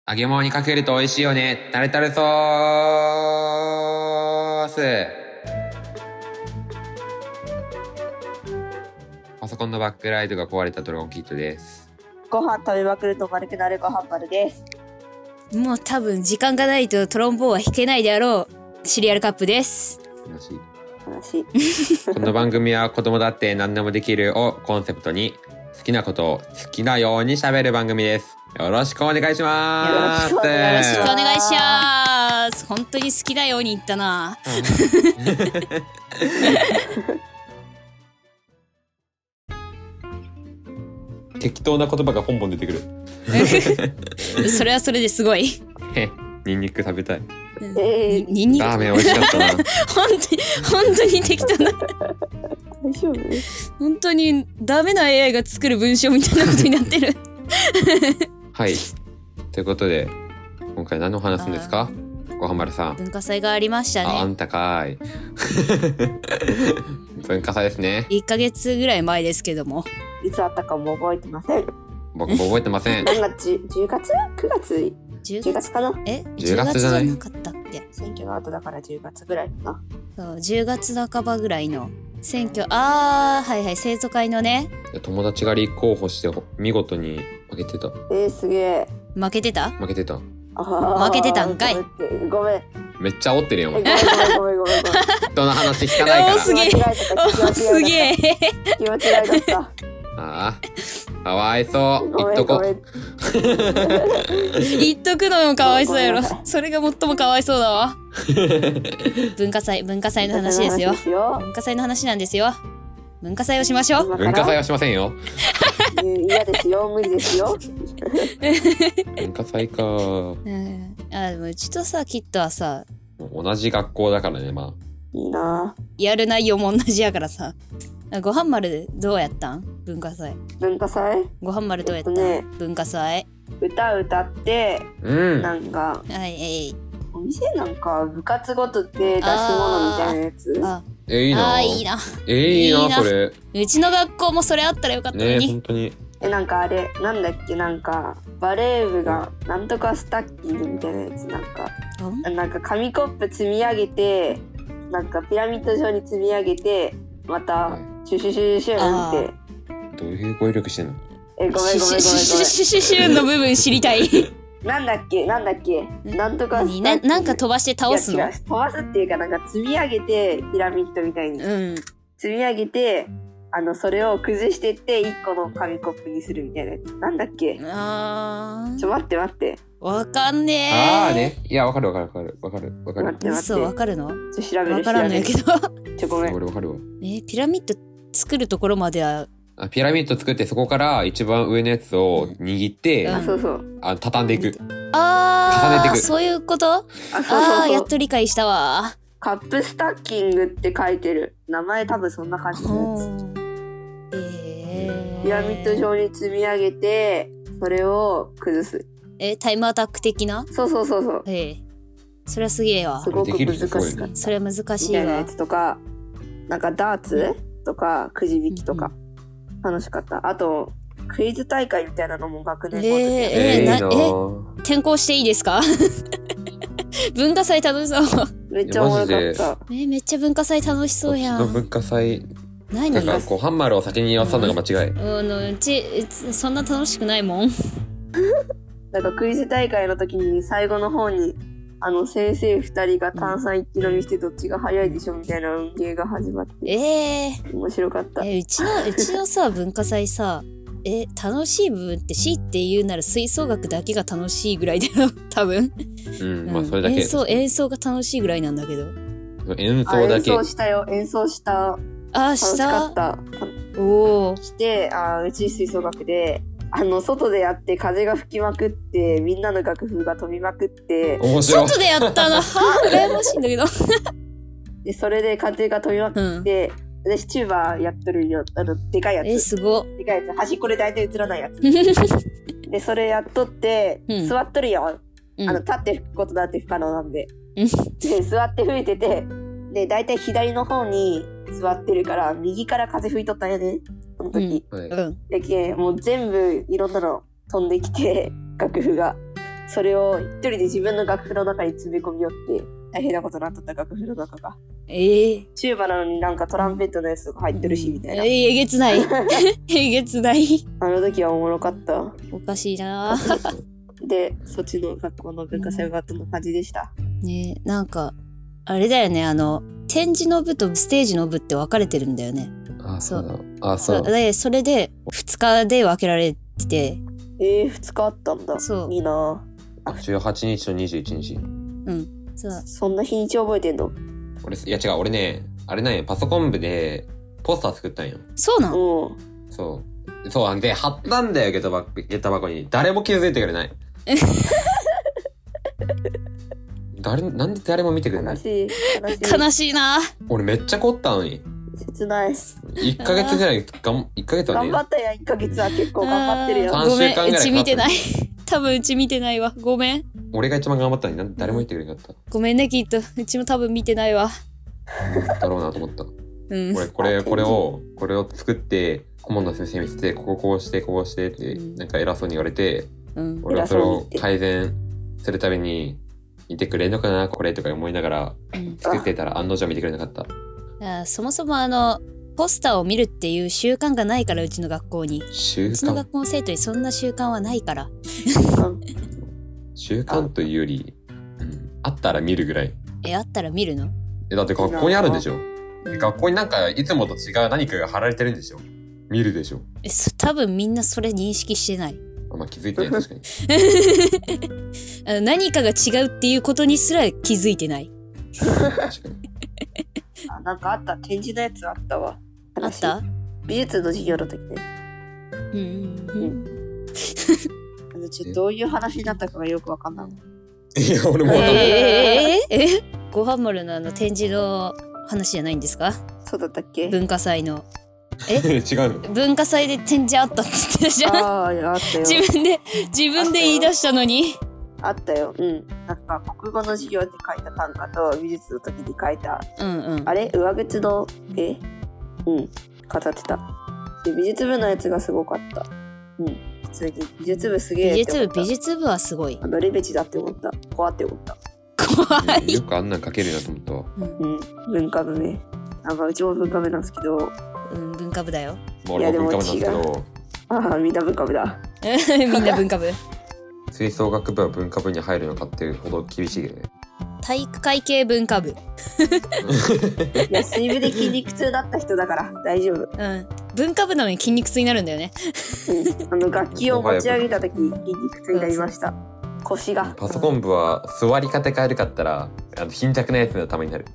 揚げ物にかけると美味しいよね。タルタルソース。パソコンのバックライトが壊れたドラゴンキットです。 ご飯食べまくると丸くなるご飯丸です。 もう多分時間がないとトロンボーンは弾けないであろうシリアルカップです。 話この番組は子供だって何でもできるをコンセプトに好きなことを好きなように喋る番組です。よろしくお願いします。 よろしくお願いします。本当に好きなように言ったな。 適当な言葉がポンポン出てくる。 それはそれですごい。 ニンニク食べたい。 ニンニクラーメン美味しかったな。 本当に適当な。 大丈夫？ 本当にダメな AI が作る文章みたいなことになってる。 はい。ということで今回何の話すんですか、ごはまるさん。 文化祭がありましたね。 あんたかい。文化祭ですね。 1ヶ月ぐらい前ですけども。 いつあったかも覚えてません。 僕も覚えてません。 何月？10月？9月？10月かな ？10月じゃない？ なかったっけ？ 選挙の後だから10月ぐらいかな。 そう、10月半ばぐらいの選挙。はいはい、生徒会のね。 友達が立候補して見事に負けてた。 すげえ。 負けてた？ 負けてた。 負けてたんかい。 ごめん。 めっちゃ煽ってるよ。 ごめん。 人の話聞かないから。 すげえ。すげえ。 気持ち悪いだった。 ああ、かわいそう。言っとこ。 言っとくのもかわいそうやろ。それが最もかわいそうだわ。文化祭の話ですよ。文化祭の話なんですよ。文化祭をしましょう。 文化祭はしませんよ。 嫌ですよ、無理ですよ。 文化祭か。 でもうちとさ、キッドはさ、 同じ学校だからね、まあ。 いいな。 やる内容も同じやからさ。ごはん丸でどうやったん？文化祭。ごはん丸どうやったん？文化祭。 歌歌って、なんか、お店なんか部活ごとで出し物みたいなやつ。 いいな。 いいな。 いいな、それ。 うちの学校もそれあったらよかったのに。 本当に。 なんかあれ、なんだっけ、なんか、バレー部がなんとかスタッキングみたいなやつ、なんか紙コップ積み上げて、なんかピラミッド状に積み上げて、また、シュシュシュシュンって。 どういう語彙力してんの？ ごめん。 シュシュシュンの部分知りたい。 なんだっけなんとかなんか飛ばして倒すの？ 飛ばすっていうか、なんか積み上げて、ピラミッドみたいに。積み上げて、それを崩してって1個の紙コップにするみたいなやつ。なんだっけ？待って。 わかんねえ。いや、わかる。 待って。 そう、わかるの？ 調べる。 わからんのやけど。 ごめん。 俺わかるわ。 ピラミッド作るところまでは。 ピラミッド作ってそこから一番上のやつを握って、畳んでいく。重ねていく。 そういうこと？やっと理解したわ。 カップスタッキングって書いてる。名前多分そんな感じのやつ。ピラミッド状に積み上げて、それを崩す。 タイムアタック的な？ そう。 それはすげえわ。 すごく難しかった。 それは難しいわ。 みたいなやつとか、なんかダーツとかくじ引きとか楽しかった。あとクイズ大会みたいなのも学年ごとに。転校していいですか？文化祭楽しそう。 めっちゃおもろかった。 めっちゃ文化祭楽しそうやん。 文化祭。 何？ なんかハンマーを先に言わさるのが間違い。 うちそんな楽しくないもん。 なんかクイズ大会の時に最後の方に先生2人が炭酸一気飲みしてどっちが早いでしょみたいな運ゲーが始まって。面白かった。 うちのさ文化祭さ、楽しい部分って強いて言うなら吹奏楽だけが楽しいぐらいだよ多分。 まあそれだけ。 演奏が楽しいぐらいなんだけど。 演奏だけ。 演奏したよ。演奏した。楽しかった。して、うち吹奏楽で、外でやって風が吹きまくって、みんなの楽譜が飛びまくって、 外でやったな。羨ましいんだけど。 で、それで風が飛びまくって、私チューバーやっとるよ。でかいやつ。 すご。 でかいやつ。端っこで大体映らないやつ。で、それやっとって、座っとるよ。立って吹くことだって不可能なんで。で、座って吹いてて、で、大体左の方に座ってるから、右から風吹いとったんやね。その時。で、もう全部いろんなの飛んできて、楽譜が。 それを一人で自分の楽譜の中に詰め込みよって大変なことになっとった楽譜の中が。チューバなのになんかトランペットのやつが入ってるしみたいな。 えげつない。えげつない。 あの時はおもろかった。 おかしいな。 で、そっちの学校の文化祭がどんな感じでした？ ねえ、なんかあれだよね、展示の部とステージの部って分かれてるんだよね。 あ、そうだ。 あ、そう。で、それで2日で分けられてて。 2日あったんだ。 そう。 いいな。 18日と21日。 うん。そう。 そんな日にち覚えてんの？ いや違う、俺ね、あれなんや、パソコン部でポスター作ったんよ。 そうなん？ そう。そう、で、貼ったんだよ、下駄箱に。誰も気づいてくれない。なんで誰も見てくれない？ 悲しいな。 俺めっちゃ凝ったのに。 切ない。 1ヶ月ぐらい、1ヶ月はね。 頑張ったやん、1ヶ月は結構頑張ってるよ。 3週間ぐらい。 うち見てない。多分うち見てないわ。ごめん。 俺が一番頑張ったのに誰も見てくれなかった。 ごめんね、きっと。うちも多分見てないわ。 だろうなと思った。これを作って、顧問の先生に見せて、こうしてって、なんか偉そうに言われて、俺はそれを改善するために、見てくれんのかなこれとか思いながら作ってたら案の定見てくれなかった。 そもそもポスターを見るっていう習慣がないから、うちの学校に。うちの学校の生徒にそんな習慣はないから。 習慣というより、あったら見るぐらい。 あったら見るの？ だって学校にあるんでしょ。学校になんかいつもと違う何かが貼られてるんでしょ。見るでしょ。 多分みんなそれ認識してない。 まあ気づいてない、確かに。何かが違うっていうことにすら気づいてない。 確かに。 なんかあった、展示のやつあったわ。 あった？ 美術の授業の時ね。ちょっとどういう話になったかがよくわかんない。 いや、俺もわかんない。 ごはん丸の展示の話じゃないんですか？ そうだったっけ？ 文化祭の。違うの？ 文化祭で展示あったって言ってたじゃん。 あったよ。 自分で言い出したのに。 あったよ。なんか国語の授業で書いた短歌と美術の時に書いた、あれ上靴の絵、飾ってた。で美術部のやつがすごかった。普通に美術部すげえって思った。 美術部はすごい。 レベチだって思った。怖って思った。 怖い。 よくあんなん書けるなと思ったわ。 文化部ね。なんかうちも文化部なんですけど。 文化部だよ。 俺も文化部なんですけど。 みんな文化部だ。 みんな文化部。 吹奏楽部は文化部に入るのかっていうほど厳しいよね。 体育会系文化部。いや、水部で筋肉痛だった人だから大丈夫。 文化部なのに筋肉痛になるんだよね。 楽器を持ち上げた時筋肉痛になりました。腰が。 パソコン部は座り方変えるかったら貧弱なやつのためになる。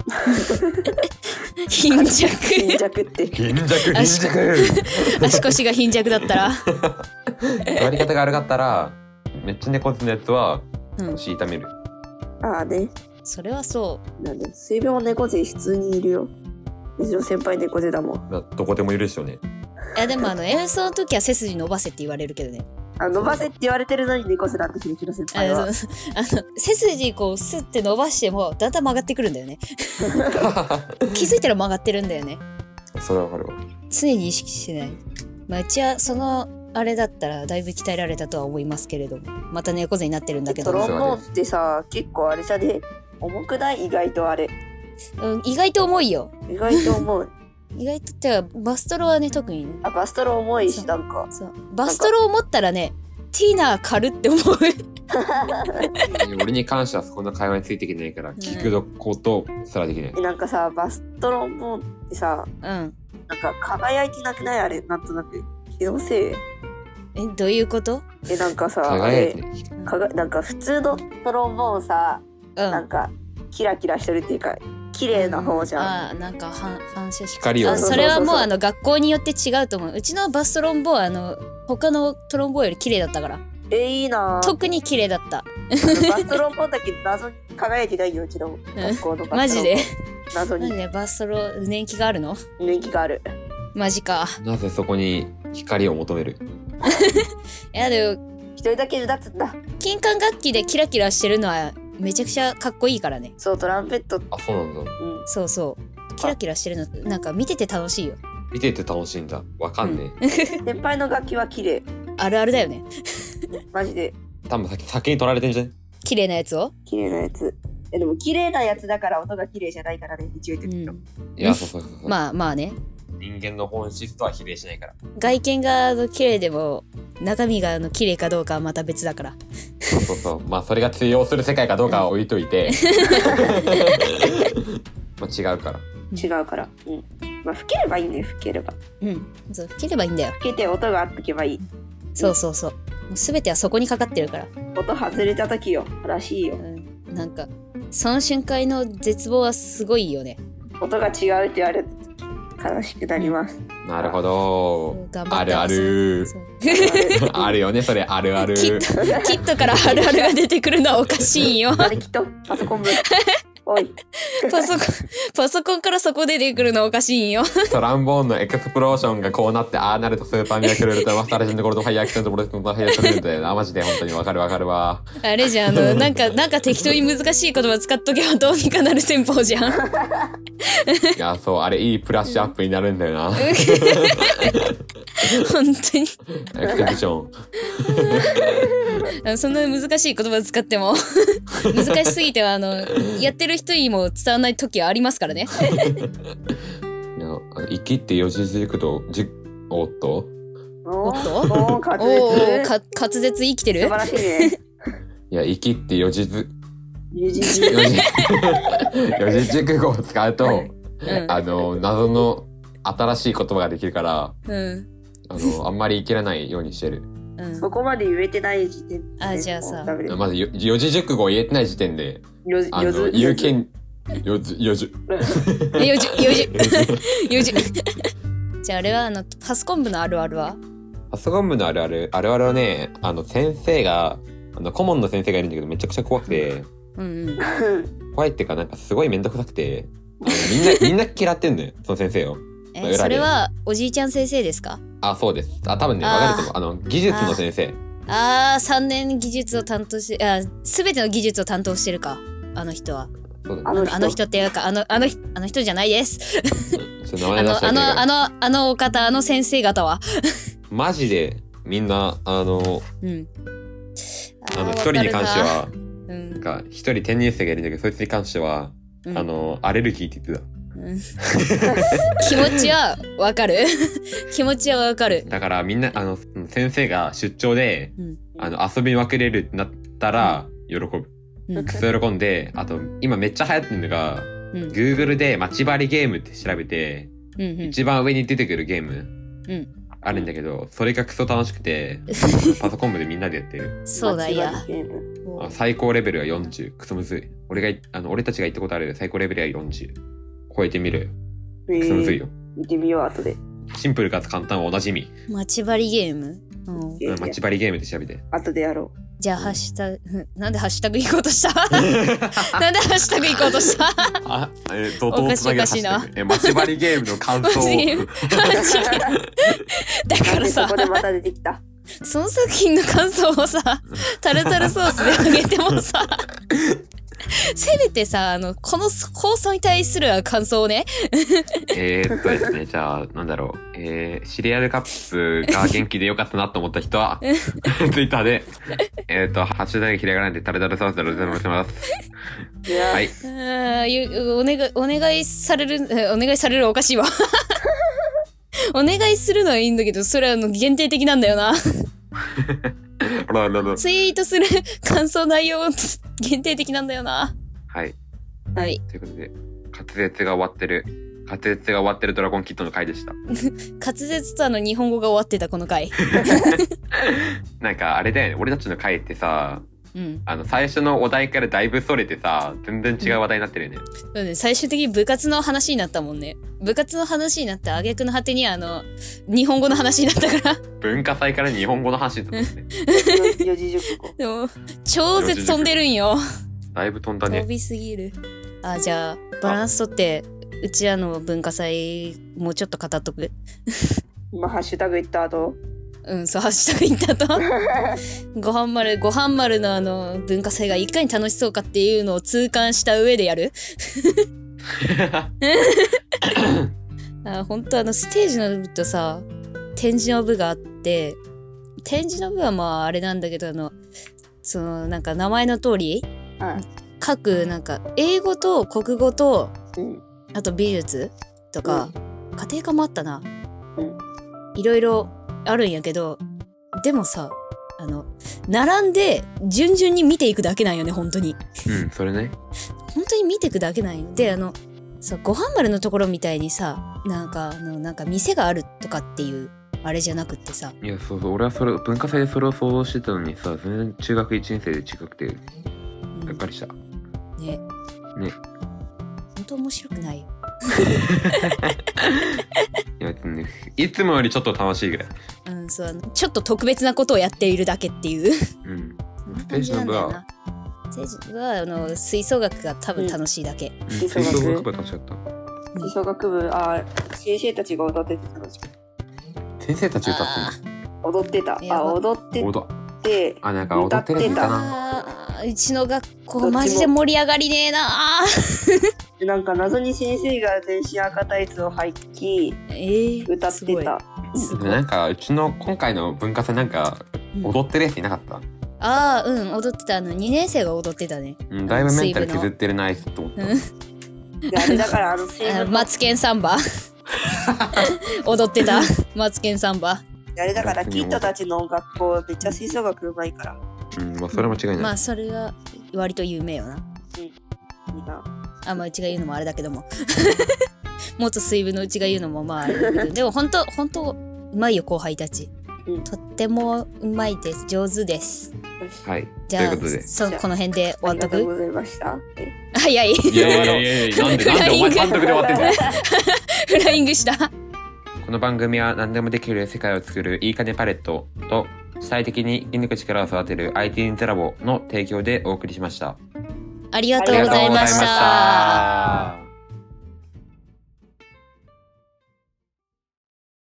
貧弱って。 貧弱。 足腰が貧弱だったら。 座り方が悪かったらめっちゃ猫背のやつは腰痛める。 ああね。 それはそう。 なんで水分も猫背普通にいるよ。うちの先輩猫背だもん。 どこでもいるでしょうね。 いやでも演奏の時は背筋伸ばせって言われるけどね。 伸ばせって言われてるのに猫背だってうちの先輩は。 背筋こうスッて伸ばしてもだんだん曲がってくるんだよね。気づいたら曲がってるんだよね。 それはわかるわ。 常に意識してない。うちはそのあれだったらだいぶ鍛えられたとは思いますけれども、また猫背になってるんだけど。 トロンボーンってさ、結構あれじゃね、重くない？意外とあれ。 意外と重いよ。 意外と重い。 意外とってバストロはね、特にね。 バストロ重いし、なんか。 バストロを持ったらね、ティーナー軽って思う。 俺に関してはそんな会話についていけないから、聞くことすらできない。 なんかさ、バストロンボーンってさ、なんか輝いてなくない？あれ、なんとなく。気のせい？ どういうこと？ なんかさ、なんか普通のトロンボーンさ、なんかキラキラしてるっていうか、綺麗な方じゃん。 なんか反射して光を。 それはもう学校によって違うと思う。うちのバストロンボーン他のトロンボーンより綺麗だったから。 いいな。 特に綺麗だった。 バストロンボーンだけ謎に輝いてないよ、うちの学校のバストロンボーン。 マジで？ 謎に。 バストロ年季があるの？ 年季がある。 マジか。 なぜそこに光を求める？ いやでも一人だけ目立つんだ。 金管楽器でキラキラしてるのはめちゃくちゃかっこいいからね。 そう、トランペット。 あ、そうなんだ。 そうそう。キラキラしてるのなんか見てて楽しいよ。 見てて楽しいんだ。わかんねえ。先輩の楽器は綺麗。 あるあるだよね。 マジで。 多分先に取られてんじゃん。 綺麗なやつを。 綺麗なやつ。でも綺麗なやつだから音が綺麗じゃないからね、一応言ってるいや、そう。 まあね。 人間の本質とは比例しないから。 外見が綺麗でも中身が綺麗かどうかはまた別だから。 そう。まあそれが通用する世界かどうかは置いといて。まあ違うから。 違うから。うん。まあ老ければいいんだよ、老ければ。 そう、老ければいいんだよ。 老けて音があっとけばいい。 そう。もう全てはそこにかかってるから。 音外れた時よ、らしいよ。 なんかその瞬間の絶望はすごいよね。 音が違うって言われると悲しくなります。 なるほど。あるある。あるよね、それあるある。 キットからあるあるが出てくるのはおかしいよ。 あれきっとパソコン部。おい。 パソコンからそこ出てくるのおかしいよ。 トランボーンのエクスプローションがこうなってああなるとスーパーミラクルルとマスターレジェンドゴールドファイヤーキャンドボルトファイヤーキャンドだよな。マジで本当にわかるわ。 あれじゃん、なんか適当に難しい言葉使っとけばどうにかなる戦法じゃん。 いや、そう、あれいいプラッシュアップになるんだよな。 本当に。 エクステンション。そんな難しい言葉使っても難しすぎてはやってる人にも伝わらない時はありますからね。 いや、生きって四字熟語おっと滑舌生きてる。 素晴らしいね。 いや、生きって四字熟語を使うと、謎の新しい言葉ができるから、あんまり生きらないようにしてる。 そこまで言えてない時点で。 じゃあさ、 まず四字熟語を言えてない時点で、有権四字。じゃああれはパソコン部のあるあるは？ パソコン部のあるあるはね、先生が顧問の先生がいるんだけどめちゃくちゃ怖くて、怖いっていうかなんかすごいめんどくさくて、みんな嫌ってんのよ、その先生を。 それはおじいちゃん先生ですか？ あ、そうです。多分ね、わかると思う。技術の先生。 3年技術を担当して、全ての技術を担当してるか、あの人は。あの人っていうか、あの人じゃないです。お方、先生方は。 マジで、みんな、一人に関しては、なんか、一人転入生がいるんだけど、そいつに関しては、アレルギーって言ってた。 気持ちはわかる。 だからみんな先生が出張で、遊びまくれるってなったら喜ぶ。くそ喜んで、あと今めっちゃ流行ってるのが、Google で待ち針ゲームって調べて、一番上に出てくるゲーム、あるんだけど、それがクソ楽しくて、パソコン部でみんなでやってる。 そうだいや。 最高レベルが40。クソむずい。俺たちが行ったことある最高レベルが40。超えてみるよ。クソむずいよ。 見てみよう、後で。 シンプルかつ簡単はおなじみ。 待ち針ゲーム？ 待ち針ゲームで調べて。 後でやろう。 じゃあ、なんでハッシュタグ行こうとした？なんでハッシュタグ行こうとした？ おかしいな。待ち針ゲームの感想。 だからさ、 そこでまた出てきた。 その作品の感想をさ、タルタルソースであげてもさ、せめてさ、この放送に対する感想をね。 ですね、じゃあ、なんだろう。シリアルカップが元気でよかったなと思った人は、ツイッターで、ハッシュタグひらがなでタルタルソースでお願いします。はい。 お願いされるおかしいわ。お願いするのはいいんだけど、それは限定的なんだよな。ツイートする感想内容限定的なんだよな。 はい。 はい。 ということで、滑舌が終わってるドラゴンキットの回でした。 滑舌と日本語が終わってたこの回。 なんかあれだよね、俺たちの回ってさ、最初のお題からだいぶそれてさ、全然違う話題になってるよね。 そうね、最終的に部活の話になったもんね。部活の話になって挙句の果てに日本語の話になったから。 文化祭から日本語の話だったもんね。 四字熟語。 でも超絶飛んでるんよ。 だいぶ飛んだね。 飛びすぎる。じゃあバランスとってうちらの文化祭もうちょっと語っとく。 今ハッシュタグ言った後。 そう、ハッシュタグ言ったと。ごはん丸の文化祭がいかに楽しそうかっていうのを痛感した上でやる。本当ステージの部とさ、展示の部があって、展示の部はまああれなんだけど、 そのなんか名前の通り、 うん、 各なんか英語と国語と、 うん、 あと美術とか、 うん、 家庭科もあったな、 うん、 いろいろあるんやけど、でもさ並んで順々に見ていくだけなんよね本当に。 うんそれね。 本当に見ていくだけなんよ。でさごはん丸のところみたいにさなんか店があるとかっていうあれじゃなくってさ。 いやそう俺はそれ文化祭でそれを想像してたのにさ、全然中学1年生で違くてがっかりした。 ね本当面白くないよ。 いや別にね、いつもよりちょっと楽しいぐらい。 うんそうちょっと特別なことをやっているだけっていう。 うん。 ステージの部は吹奏楽が多分楽しいだけ。 吹奏楽部は楽しかった。 吹奏楽部先生たちが踊ってて楽しかった。 先生たち歌ってんの？ 踊ってた。踊ってて。 なんか踊ってるやついたな。 うちの学校マジで盛り上がりねえな。 なんか謎に先生が全身赤タイツを履き、歌ってた。 なんかうちの今回の文化祭なんか踊ってるやついなかった？ 踊ってた。2年生が踊ってたね。 だいぶメンタル削ってるなと思った。 あれだからマツケンサンバ踊ってた。マツケンサンバ。 あれだからキッドたちの学校めっちゃ吹奏楽うまいから。 まあそれも違いない。 まあそれが割と有名よな。まあうちが言うのもあれだけども。元水部のうちが言うのもまああれだけど、でも本当うまいよ後輩たち。とってもうまいです。上手です。 はい。 じゃあこの辺で終わっとく。 ありがとうございました。 早い。 いやなんでお前監督で終わってんだよ。 フライングした。 この番組は何でもできる世界を作るいいかねパレットと主体的に生き抜く力を育てる IT インテラボの提供でお送りしました。 ありがとうございました。